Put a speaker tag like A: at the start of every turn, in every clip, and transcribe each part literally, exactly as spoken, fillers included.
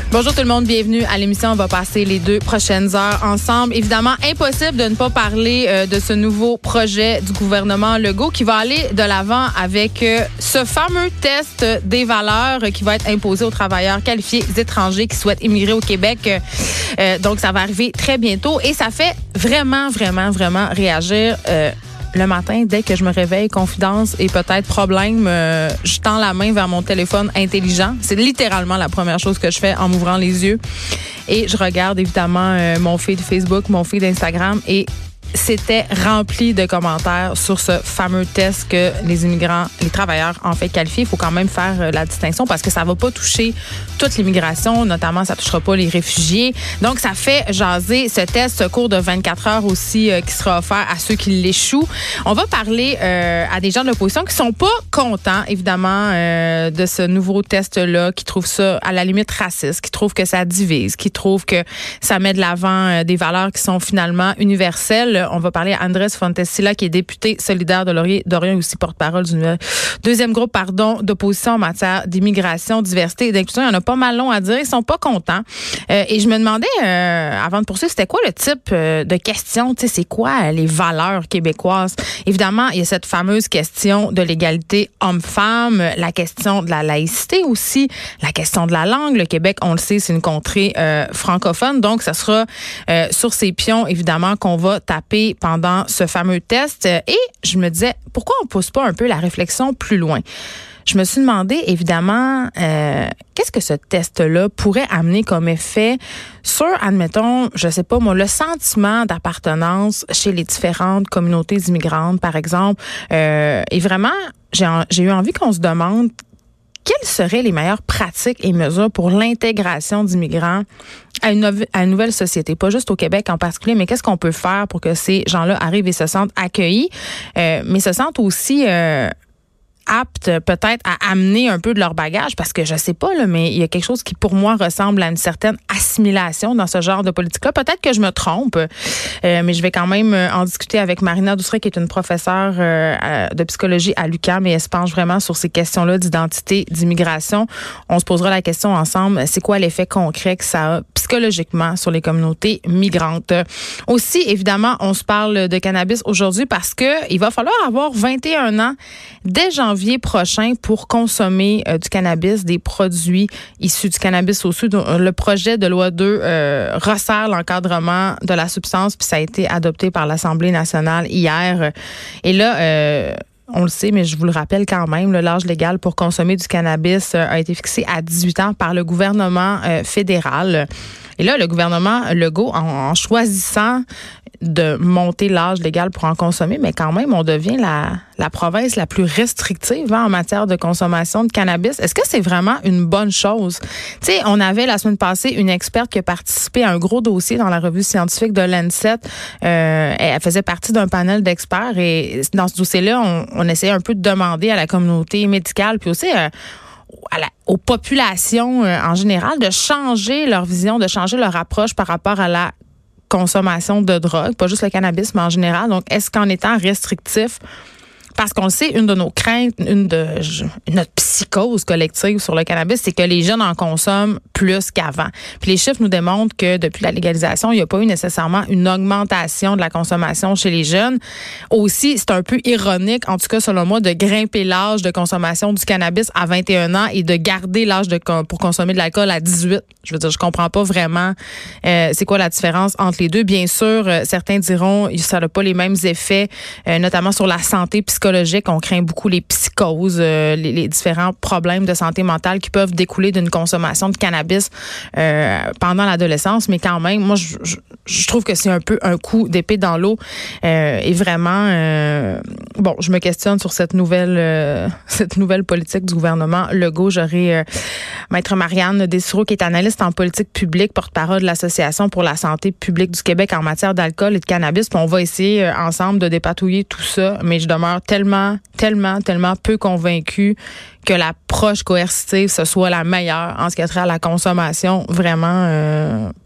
A: Bonjour tout le monde, bienvenue à l'émission. On va passer les deux prochaines heures ensemble. Évidemment, impossible de ne pas parler euh, de ce nouveau projet du gouvernement Legault qui va aller de l'avant avec euh, ce fameux test des valeurs qui va être imposé aux travailleurs qualifiés étrangers qui souhaitent immigrer au Québec. Euh, donc, ça va arriver très bientôt et ça fait vraiment, vraiment, vraiment réagir euh, le matin, dès que je me réveille, confidence et peut-être problème, euh, je tends la main vers mon téléphone intelligent. C'est littéralement la première chose que je fais en m'ouvrant les yeux. Et je regarde évidemment euh, mon feed Facebook, mon feed Instagram et c'était rempli de commentaires sur ce fameux test que les immigrants, les travailleurs en fait qualifiés. Il faut quand même faire euh, la distinction parce que ça va pas toucher toute l'immigration, notamment ça touchera pas les réfugiés. Donc ça fait jaser ce test, ce cours de vingt-quatre heures aussi euh, qui sera offert à ceux qui l'échouent. On va parler euh, à des gens de l'opposition qui sont pas contents évidemment euh, de ce nouveau test-là, qui trouvent ça à la limite raciste, qui trouvent que ça divise, qui trouvent que ça met de l'avant euh, des valeurs qui sont finalement universelles. On va parler à Andrés Fontecilla, qui est député solidaire de Laurier, Dorion et aussi porte-parole du deuxième groupe pardon, d'opposition en matière d'immigration, diversité et d'inclusion. Il y en a pas mal long à dire. Ils sont pas contents. Euh, et je me demandais, euh, avant de poursuivre, c'était quoi le type euh, de question? Tu sais, c'est quoi les valeurs québécoises? Évidemment, il y a cette fameuse question de l'égalité homme-femme, la question de la laïcité aussi, la question de la langue. Le Québec, on le sait, c'est une contrée euh, francophone. Donc, ça sera euh, sur ces pions, évidemment, qu'on va taper pendant ce fameux test. Et je me disais, pourquoi on ne pousse pas un peu la réflexion plus loin? Je me suis demandé, évidemment, euh, qu'est-ce que ce test-là pourrait amener comme effet sur, admettons, je sais pas moi, le sentiment d'appartenance chez les différentes communautés immigrantes, par exemple. Euh, et vraiment, j'ai, j'ai eu envie qu'on se demande quelles seraient les meilleures pratiques et mesures pour l'intégration d'immigrants à une, à une nouvelle société, pas juste au Québec en particulier, mais qu'est-ce qu'on peut faire pour que ces gens-là arrivent et se sentent accueillis, euh, mais se sentent aussi euh, aptes peut-être à amener un peu de leur bagage, parce que je sais pas, là, mais il y a quelque chose qui pour moi ressemble à une certaine assimilation dans ce genre de politique-là. Peut-être que je me trompe, euh, mais je vais quand même en discuter avec Marina Douceret, qui est une professeure euh, de psychologie à l'U Q A M, et elle se penche vraiment sur ces questions-là d'identité, d'immigration. On se posera la question ensemble, c'est quoi l'effet concret que ça a psychologiquement sur les communautés migrantes. Aussi, évidemment, on se parle de cannabis aujourd'hui parce que il va falloir avoir vingt et un ans dès janvier prochain pour consommer euh, du cannabis, des produits issus du cannabis au sud. Le projet de loi deux euh, resserre l'encadrement de la substance, puis ça a été adopté par l'Assemblée nationale hier. Et là, euh, on le sait, mais je vous le rappelle quand même, là, l'âge légal pour consommer du cannabis euh, a été fixé à dix-huit ans par le gouvernement euh, fédéral. Et là, le gouvernement Legault, en, en choisissant de monter l'âge légal pour en consommer, mais quand même, on devient la, la province la plus restrictive hein, en matière de consommation de cannabis. Est-ce que c'est vraiment une bonne chose? Tu sais, on avait la semaine passée une experte qui a participé à un gros dossier dans la revue scientifique de Lancet. Euh, elle faisait partie d'un panel d'experts et dans ce dossier-là, on, on essayait un peu de demander à la communauté médicale, puis aussi euh, à la, aux populations euh, en général, de changer leur vision, de changer leur approche par rapport à la consommation de drogue, pas juste le cannabis, mais en général. Donc, est-ce qu'en étant restrictif, parce qu'on le sait, une de nos craintes, une de notre psychose collective sur le cannabis, c'est que les jeunes en consomment plus qu'avant. Puis les chiffres nous démontrent que depuis la légalisation, il n'y a pas eu nécessairement une augmentation de la consommation chez les jeunes. Aussi, c'est un peu ironique, en tout cas selon moi, de grimper l'âge de consommation du cannabis à vingt et un ans et de garder l'âge de pour consommer de l'alcool à dix-huit. Je veux dire, je comprends pas vraiment euh, c'est quoi la différence entre les deux. Bien sûr, euh, certains diront que ça n'a pas les mêmes effets, euh, notamment sur la santé psychologique. On craint beaucoup les psychoses, euh, les, les différents problèmes de santé mentale qui peuvent découler d'une consommation de cannabis euh, pendant l'adolescence. Mais quand même, moi, je, je, je trouve que c'est un peu un coup d'épée dans l'eau. Euh, et vraiment, euh, bon, je me questionne sur cette nouvelle, euh, cette nouvelle politique du gouvernement Legault. J'aurai euh, Maître Marianne Dessureau, qui est analyste en politique publique, porte-parole de l'Association pour la santé publique du Québec en matière d'alcool et de cannabis. Puis on va essayer euh, ensemble de dépatouiller tout ça. Mais je demeure tellement tellement, tellement, tellement peu convaincue que l'approche coercitive, ce soit la meilleure en ce qui a trait à la consommation. Vraiment, euh,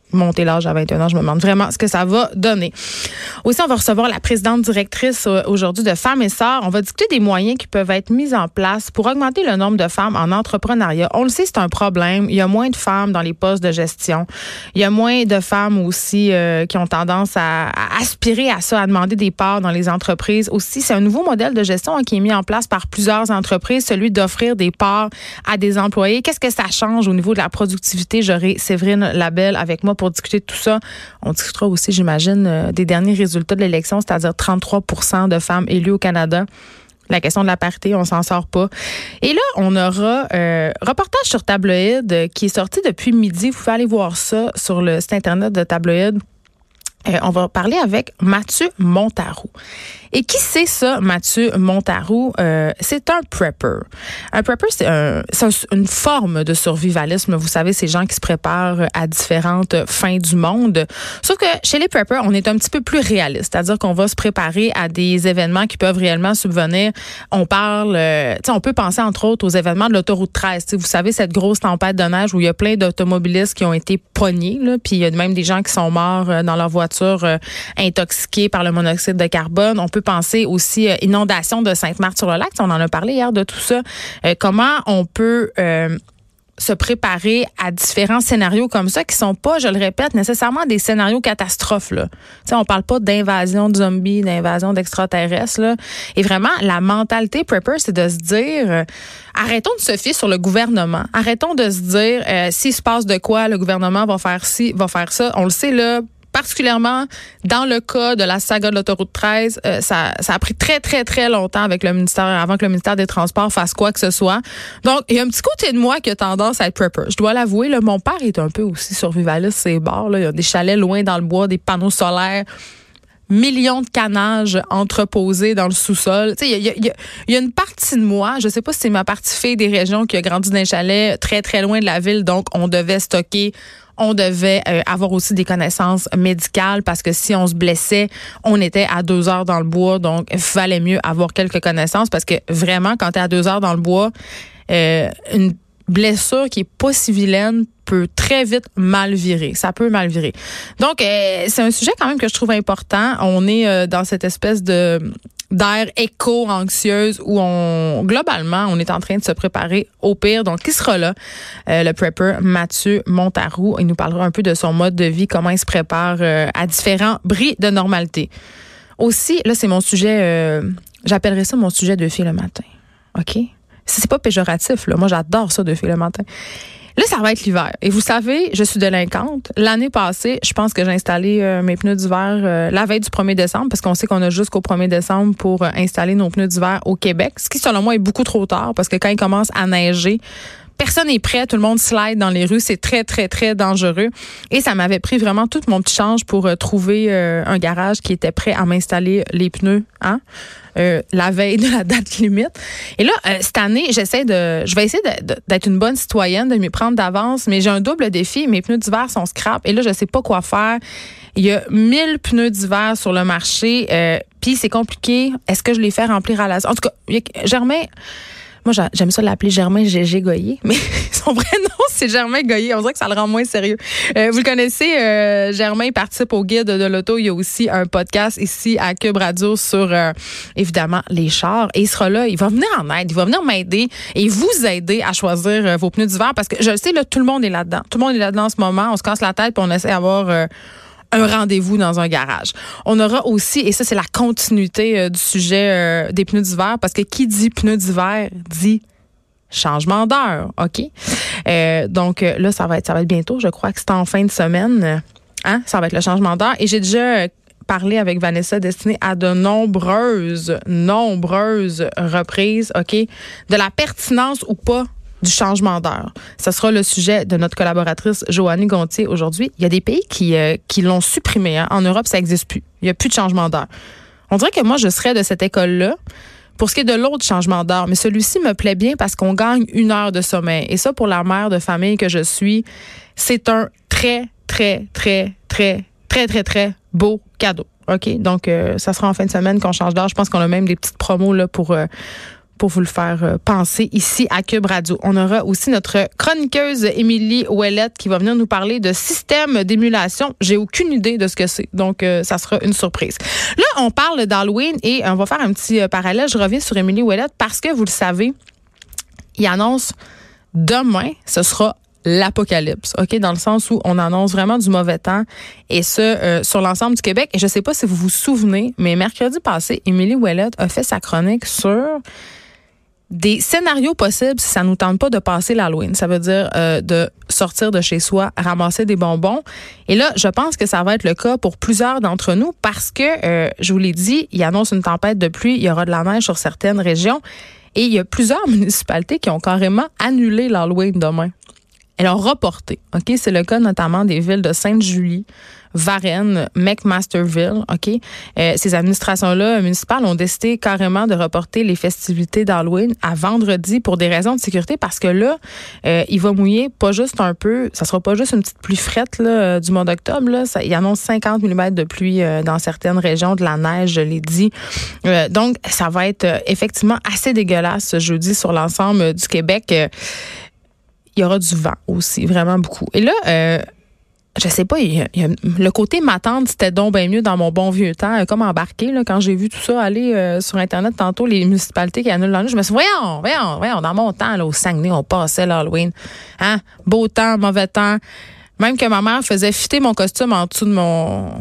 A: monter l'âge à vingt et un ans. Je me demande vraiment ce que ça va donner. Aussi, on va recevoir la présidente directrice aujourd'hui de Femmes et Sœurs. On va discuter des moyens qui peuvent être mis en place pour augmenter le nombre de femmes en entrepreneuriat. On le sait, c'est un problème. Il y a moins de femmes dans les postes de gestion. Il y a moins de femmes aussi euh, qui ont tendance à, à aspirer à ça, à demander des parts dans les entreprises. Aussi, c'est un nouveau modèle de gestion hein, qui est mis en place par plusieurs entreprises, celui d'offrir des parts à des employés. Qu'est-ce que ça change au niveau de la productivité? J'aurai Séverine Labelle avec moi pour discuter de tout ça. On discutera aussi, j'imagine, des derniers résultats de l'élection, c'est-à-dire trente-trois pour cent de femmes élues au Canada. La question de la parité, on s'en sort pas. Et là, on aura euh, reportage sur Tabloïd qui est sorti depuis midi. Vous pouvez aller voir ça sur le site Internet de Tabloïd. Euh, on va parler avec Mathieu Montaroux. Et qui c'est ça, Mathieu Montaroux? Euh, c'est un prepper. Un prepper, c'est, un, c'est un, une forme de survivalisme. Vous savez, ces gens qui se préparent à différentes fins du monde. Sauf que chez les preppers, on est un petit peu plus réaliste. C'est-à-dire qu'on va se préparer à des événements qui peuvent réellement subvenir. On parle, euh, tu sais, on peut penser entre autres aux événements de l'autoroute treize. T'sais, vous savez, cette grosse tempête de neige où il y a plein d'automobilistes qui ont été pognés, là, puis il y a même des gens qui sont morts dans leur voiture euh, intoxiqués par le monoxyde de carbone. On peut penser aussi euh, inondation de Sainte-Marthe-sur-le-Lac. On en a parlé hier de tout ça. Euh, comment on peut euh, se préparer à différents scénarios comme ça qui sont pas, je le répète, nécessairement des scénarios catastrophes. Là. T'sais, on parle pas d'invasion de zombies, d'invasion d'extraterrestres. Là. Et vraiment, la mentalité prepper, c'est de se dire, euh, arrêtons de se fier sur le gouvernement. Arrêtons de se dire, euh, s'il se passe de quoi, le gouvernement va faire ci, va faire ça. On le sait, là, particulièrement dans le cas de la saga de l'autoroute treize, euh, ça, ça a pris très, très, très longtemps avec le ministère, avant que le ministère des Transports fasse quoi que ce soit. Donc, il y a un petit côté de moi qui a tendance à être prepper. Je dois l'avouer, là, mon père est un peu aussi survivaliste, ses bords. Là. Il y a des chalets loin dans le bois, des panneaux solaires, millions de canages entreposés dans le sous-sol. Tu sais, il y a, y, a, y a une partie de moi, je sais pas si c'est ma partie fille des régions qui a grandi dans un chalet très, très loin de la ville, donc on devait stocker. On devait euh, avoir aussi des connaissances médicales parce que si on se blessait, on était à deux heures dans le bois. Donc, il fallait mieux avoir quelques connaissances parce que vraiment, quand tu es à deux heures dans le bois, euh, une blessure qui est pas si vilaine peut très vite mal virer. Ça peut mal virer. Donc, euh, c'est un sujet quand même que je trouve important. On est euh, dans cette espèce de d'air éco-anxieuse où on, globalement, on est en train de se préparer au pire. Donc, qui sera là? Euh, le prepper Mathieu Montaroux. Il nous parlera un peu de son mode de vie, comment il se prépare euh, à différents bris de normalité. Aussi, là, c'est mon sujet, euh, j'appellerais ça mon sujet de fille le matin. OK? C'est pas péjoratif, là. Moi, j'adore ça de fille le matin. Là, ça va être l'hiver. Et vous savez, je suis délinquante. L'année passée, je pense que j'ai installé euh, mes pneus d'hiver euh, la veille du premier décembre, parce qu'on sait qu'on a jusqu'au premier décembre pour euh, installer nos pneus d'hiver au Québec, ce qui, selon moi, est beaucoup trop tard, parce que quand il commence à neiger, personne n'est prêt, tout le monde slide dans les rues, c'est très, très, très dangereux. Et ça m'avait pris vraiment tout mon petit change pour euh, trouver euh, un garage qui était prêt à m'installer les pneus, hein, euh, la veille de la date limite. Et là, euh, cette année, j'essaie de, je vais essayer de, de, d'être une bonne citoyenne, de m'y prendre d'avance, mais j'ai un double défi. Mes pneus d'hiver sont scrap et là, je sais pas quoi faire. Il y a mille pneus d'hiver sur le marché, euh, puis c'est compliqué. Est-ce que je les fais remplir à la... En tout cas, Germain... Moi, j'aime ça l'appeler Germain Gégé Goyer, mais son vrai nom, c'est Germain Goyer. On dirait que ça le rend moins sérieux. Euh, vous le connaissez, euh, Germain participe au Guide de l'auto. Il y a aussi un podcast ici à Cube Radio sur, euh, évidemment, les chars. Et il sera là, il va venir en aide, il va venir m'aider et vous aider à choisir euh, vos pneus d'hiver parce que je le sais, là, tout le monde est là-dedans. Tout le monde est là-dedans en ce moment. On se casse la tête puis on essaie d'avoir... Euh, un rendez-vous dans un garage. On aura aussi, et ça c'est la continuité euh, du sujet euh, des pneus d'hiver, parce que qui dit pneus d'hiver dit changement d'heure, OK? Euh, donc là, ça va être ça va être bientôt, je crois que c'est en fin de semaine. Hein? Ça va être le changement d'heure. Et j'ai déjà parlé avec Vanessa Destinée à de nombreuses, nombreuses reprises, OK? De la pertinence ou pas du changement d'heure. Ce sera le sujet de notre collaboratrice Joannie Gontier aujourd'hui. Il y a des pays qui, euh, qui l'ont supprimé. Hein. En Europe, ça n'existe plus. Il n'y a plus de changement d'heure. On dirait que moi, je serais de cette école-là pour ce qui est de l'autre changement d'heure. Mais celui-ci me plaît bien parce qu'on gagne une heure de sommeil. Et ça, pour la mère de famille que je suis, c'est un très, très, très, très, très, très, très beau cadeau. OK? Donc, euh, ça sera en fin de semaine qu'on change d'heure. Je pense qu'on a même des petites promos là pour... Euh, pour vous le faire euh, penser ici à Cube Radio. On aura aussi notre chroniqueuse Émilie Ouellette qui va venir nous parler de système d'émulation. J'ai aucune idée de ce que c'est, donc euh, ça sera une surprise. Là, on parle d'Halloween et on va faire un petit euh, parallèle. Je reviens sur Émilie Ouellette parce que, vous le savez, il annonce demain, ce sera l'apocalypse, OK? Dans le sens où on annonce vraiment du mauvais temps et ce, euh, sur l'ensemble du Québec. Et je ne sais pas si vous vous souvenez, mais mercredi passé, Émilie Ouellette a fait sa chronique sur des scénarios possibles si ça nous tente pas de passer l'Halloween. Ça veut dire euh, de sortir de chez soi, ramasser des bonbons. Et là, je pense que ça va être le cas pour plusieurs d'entre nous parce que, euh, je vous l'ai dit, il annonce une tempête de pluie, il y aura de la neige sur certaines régions et il y a plusieurs municipalités qui ont carrément annulé l'Halloween demain. Elles ont reporté. OK? C'est le cas notamment des villes de Sainte-Julie, Varennes, McMasterville. OK? Euh, ces administrations-là municipales ont décidé carrément de reporter les festivités d'Halloween à vendredi pour des raisons de sécurité parce que là, euh, il va mouiller pas juste un peu, ça sera pas juste une petite pluie frette là, du mois d'octobre. Là, ça, il annonce cinquante millimètres de pluie euh, dans certaines régions, de la neige, je l'ai dit. Euh, donc, ça va être euh, effectivement assez dégueulasse ce jeudi sur l'ensemble euh, du Québec. Euh, Il y aura du vent aussi, vraiment beaucoup. Et là, euh, je sais pas, il y a, il y a, le côté ma tante, c'était donc bien mieux dans mon bon vieux temps, comme embarqué, là, quand j'ai vu tout ça aller euh, sur Internet tantôt, les municipalités qui annulent l'Halloween, je me suis dit, voyons, voyons, voyons, dans mon temps, là, au Saguenay, on passait l'Halloween. Hein? Beau temps, mauvais temps. Même que ma mère faisait fitter mon costume en dessous de mon,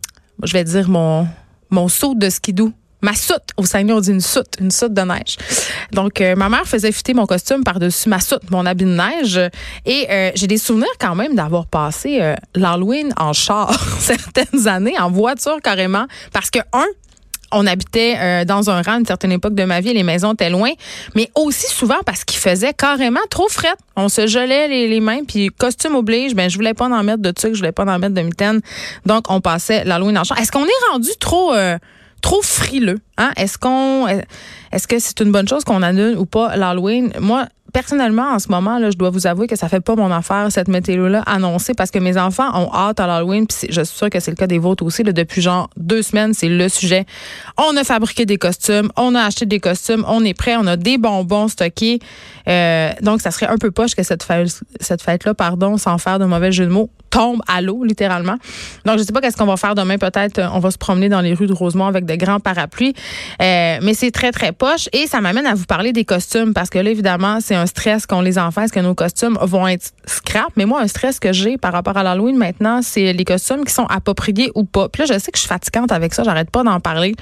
A: je vais dire, mon, mon saut de skidoo. Ma soute. Au Saguenay, on dit une soute, une soute de neige. Donc, euh, ma mère faisait fitter mon costume par-dessus ma soute, mon habit de neige. Et euh, j'ai des souvenirs quand même d'avoir passé euh, l'Halloween en char certaines années, en voiture carrément. Parce que, un, on habitait euh, dans un rang à une certaine époque de ma vie, les maisons étaient loin, mais aussi souvent parce qu'il faisait carrément trop fret. On se gelait les, les mains, puis costume oblige, ben je voulais pas en mettre de tuque, je voulais pas en mettre de mitaine. Donc, on passait l'Halloween en char. Est-ce qu'on est rendu trop... Euh, trop frileux, hein? Est-ce qu'on, est-ce que c'est une bonne chose qu'on annule ou pas l'Halloween? Moi, personnellement, en ce moment, là, je dois vous avouer que ça fait pas mon affaire, cette météo-là annoncée, parce que mes enfants ont hâte à l'Halloween, puis je suis sûre que c'est le cas des vôtres aussi, là, depuis genre deux semaines, c'est le sujet. On a fabriqué des costumes, on a acheté des costumes, on est prêt, on a des bonbons stockés. Euh, donc, ça serait un peu poche que cette fête, cette fête-là, pardon, sans faire de mauvais jeu de mots, tombe à l'eau, littéralement. Donc, je sais pas qu'est-ce qu'on va faire demain. Peut-être, on va se promener dans les rues de Rosemont avec de grands parapluies. Euh, mais c'est très, très poche. Et ça m'amène à vous parler des costumes parce que là, évidemment, c'est un stress qu'ont les enfants. Est-ce que nos costumes vont être scrap? Mais moi, un stress que j'ai par rapport à l'Halloween maintenant, c'est les costumes qui sont appropriés ou pas. Puis là, je sais que je suis fatigante avec ça. J'arrête pas d'en parler.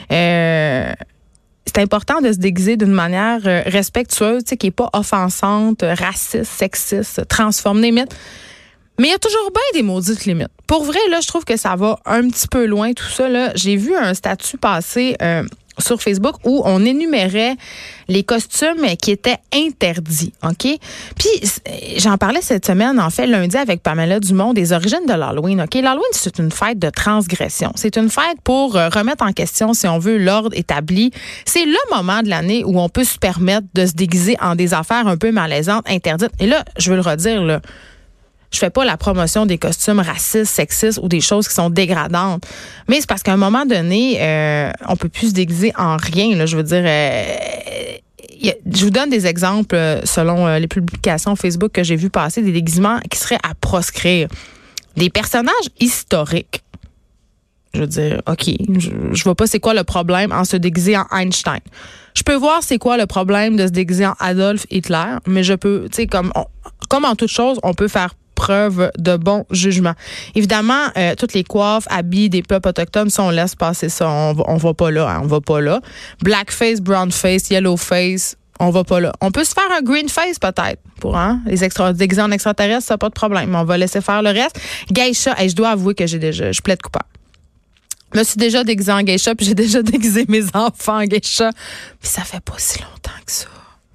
A: Euh... C'est important de se déguiser d'une manière respectueuse, tu sais, qui est pas offensante, raciste, sexiste, transforme limite. Mais il y a toujours bien des maudites limites. Pour vrai, là, je trouve que ça va un petit peu loin, tout ça. Là. J'ai vu un statut passer euh, sur Facebook où on énumérait les costumes qui étaient interdits, OK? Puis, j'en parlais cette semaine, en fait, lundi, avec Pamela Dumont, des origines de l'Halloween, OK? L'Halloween, c'est une fête de transgression. C'est une fête pour euh, remettre en question, si on veut, l'ordre établi. C'est le moment de l'année où on peut se permettre de se déguiser en des affaires un peu malaisantes, interdites. Et là, je veux le redire, là, je fais pas la promotion des costumes racistes, sexistes ou des choses qui sont dégradantes. Mais c'est parce qu'à un moment donné, euh, on peut plus se déguiser en rien. Là, je veux dire, euh, y a, je vous donne des exemples selon euh, les publications Facebook que j'ai vues passer, des déguisements qui seraient à proscrire. Des personnages historiques. Je veux dire, OK, je, je vois pas c'est quoi le problème en se déguiser en Einstein. Je peux voir c'est quoi le problème de se déguiser en Adolf Hitler, mais je peux, tu sais, comme, on, comme en toute chose, on peut faire preuve de bon jugement. Évidemment, euh, toutes les coiffes, habits des peuples autochtones, ça, on laisse passer ça. On va, on va pas là, hein, on va pas là. Blackface, brownface, yellowface, on va pas là. On peut se faire un green face peut-être pour hein, les extra, déguisés en extraterrestres, ça pas de problème. Mais on va laisser faire le reste. Geisha, hey, je dois avouer que j'ai déjà, je plaide coupable. Je me suis déjà déguisée en geisha, puis j'ai déjà déguisé mes enfants en geisha. Puis ça fait pas si longtemps que ça.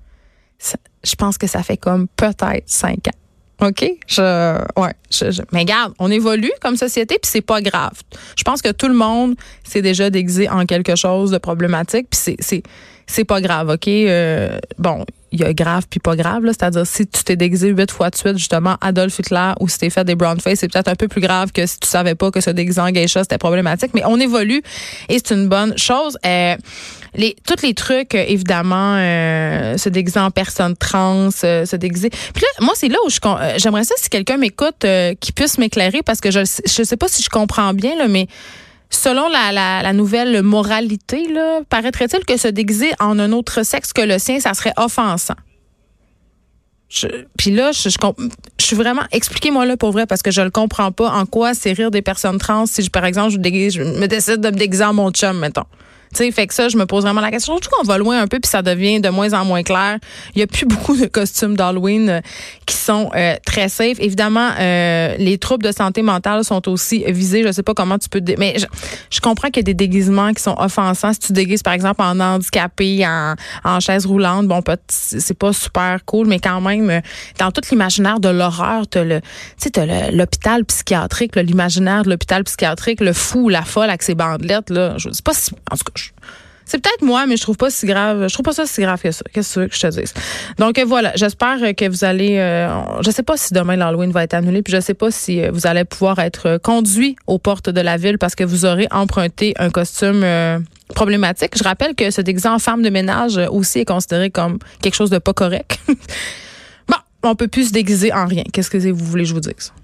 A: ça je pense que ça fait comme peut-être cinq ans. OK? Je, ouais. Je, je, mais regarde, on évolue comme société, puis c'est pas grave. Je pense que tout le monde s'est déjà déguisé en quelque chose de problématique, puis c'est, c'est, c'est pas grave, OK? Euh, bon, il y a grave puis pas grave, là. C'est-à-dire, si tu t'es déguisé huit fois de suite, justement, Adolf Hitler, ou si t'es fait des brown face, c'est peut-être un peu plus grave que si tu savais pas que se déguiser en geisha, c'était problématique. Mais on évolue et c'est une bonne chose. Euh, les, tous les trucs, euh, évidemment, euh, se déguiser en personne trans, euh, se déguiser. Puis là, moi, c'est là où je, euh, j'aimerais ça, si quelqu'un m'écoute, euh, qui puisse m'éclairer, parce que je je sais pas si je comprends bien, là, mais selon la, la, la nouvelle moralité, là, paraîtrait-il que se déguiser en un autre sexe que le sien, ça serait offensant. Je, puis là, je, je, je suis vraiment... Expliquez-moi là pour vrai, parce que je le comprends pas. En quoi c'est rire des personnes trans si, je, par exemple, je, déguise, je me décide de me déguiser en mon chum, mettons. Tu sais, fait que ça, je me pose vraiment la question. Je trouve qu'on va loin un peu, puis ça devient de moins en moins clair. Il y a plus beaucoup de costumes d'Halloween euh, qui sont euh, très safe. Évidemment, euh, les troubles de santé mentale sont aussi visés. Je sais pas comment tu peux... Dé- mais je, je comprends qu'il y a des déguisements qui sont offensants. Si tu te déguises, par exemple, en handicapé, en, en chaise roulante, bon, peut- c'est pas super cool, mais quand même, euh, dans tout l'imaginaire de l'horreur, t'as le, tu sais, t'as le, l'hôpital psychiatrique, là, l'imaginaire de l'hôpital psychiatrique, le fou ou la folle avec ses bandelettes, là. Je sais pas si... En tout cas, c'est peut-être moi, mais je trouve pas si grave. Je trouve pas ça si grave que ça. Qu'est-ce que tu veux que je te dise? Donc voilà, j'espère que vous allez... Euh, je sais pas si demain l'Halloween va être annulé, puis je sais pas si vous allez pouvoir être conduit aux portes de la ville parce que vous aurez emprunté un costume euh, problématique. Je rappelle que se déguiser en femme de ménage aussi est considéré comme quelque chose de pas correct. Bon, on peut plus se déguiser en rien. Qu'est-ce que vous voulez que je vous dise?